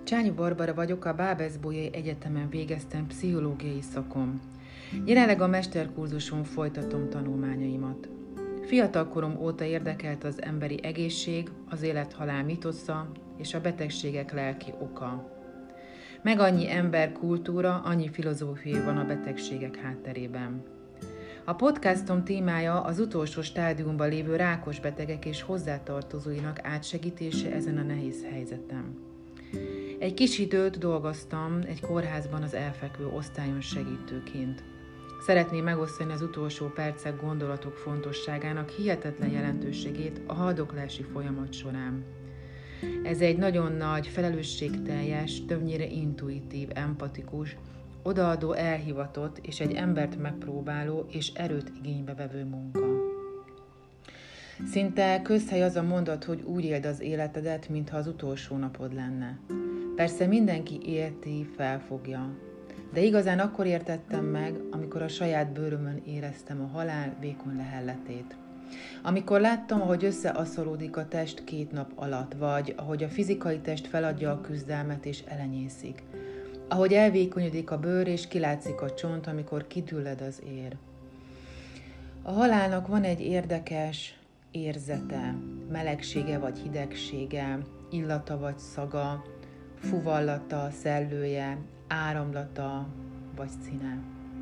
Csányi Barbara vagyok, a Bábszbolyai Egyetemen végeztem pszichológiai szakon. Jelenleg a mesterkurzuson folytatom tanulmányaimat. Fiatalkorom óta érdekelt az emberi egészség, az élet-halál mitosza és a betegségek lelki oka. Meg annyi emberkultúra, annyi filozófia van a betegségek hátterében. A podcastom témája az utolsó stádiumban lévő rákos betegek és hozzátartozóinak átsegítése ezen a nehéz helyzeten. Egy kis időt dolgoztam egy kórházban az elfekvő osztályon segítőként. Szeretném megosztani az utolsó percek gondolatok fontosságának hihetetlen jelentőségét a haldoklási folyamat során. Ez egy nagyon nagy, felelősségteljes, többnyire intuitív, empatikus, odaadó, elhivatott és egy embert megpróbáló és erőt igénybe vevő munka. Szinte közhely az a mondat, hogy úgy éld az életedet, mintha az utolsó napod lenne. Persze mindenki érti, felfogja. De igazán akkor értettem meg, amikor a saját bőrömön éreztem a halál vékony lehelletét. Amikor láttam, ahogy összeasszolódik a test 2 nap alatt, vagy ahogy a fizikai test feladja a küzdelmet és elenyészik. Ahogy elvékonyodik a bőr és kilátszik a csont, amikor kidülled az ér. A halálnak van egy érdekes érzete, melegsége vagy hidegsége, illata vagy szaga, fuvallata, szellője, áramlata vagy színe.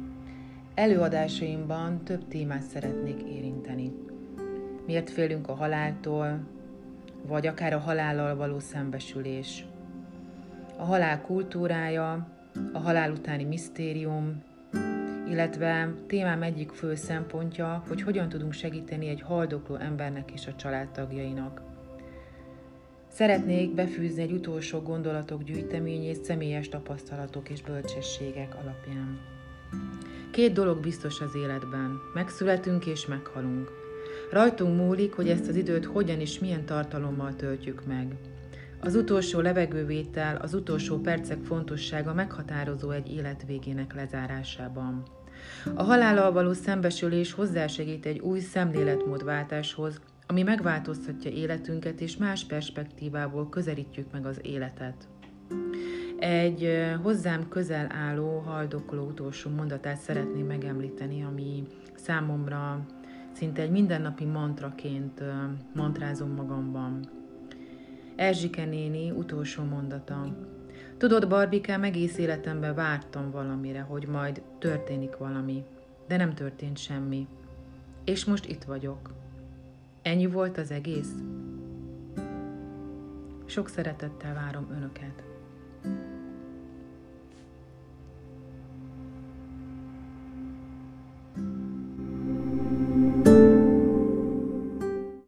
Előadásaimban több témát szeretnék érinteni. Miért félünk a haláltól, vagy akár a halállal való szembesülés. A halál kultúrája, a halál utáni misztérium, illetve témám egyik fő szempontja, hogy hogyan tudunk segíteni egy haldokló embernek és a családtagjainak. Szeretnék befűzni egy utolsó gondolatok gyűjteményét személyes tapasztalatok és bölcsességek alapján. 2 dolog biztos az életben, megszületünk és meghalunk. Rajtunk múlik, hogy ezt az időt hogyan és milyen tartalommal töltjük meg. Az utolsó levegővétel, az utolsó percek fontossága meghatározó egy élet végének lezárásában. A halállal való szembesülés hozzásegít egy új szemléletmódváltáshoz, ami megváltoztatja életünket, és más perspektívából közelítjük meg az életet. Egy hozzám közel álló, haldokló utolsó mondatát szeretném megemlíteni, ami számomra szinte egy mindennapi mantraként mantrázom magamban. Erzsike néni utolsó mondata. Tudod, Barbikám, egész életemben vártam valamire, hogy majd történik valami, de nem történt semmi. És most itt vagyok. Ennyi volt az egész? Sok szeretettel várom Önöket.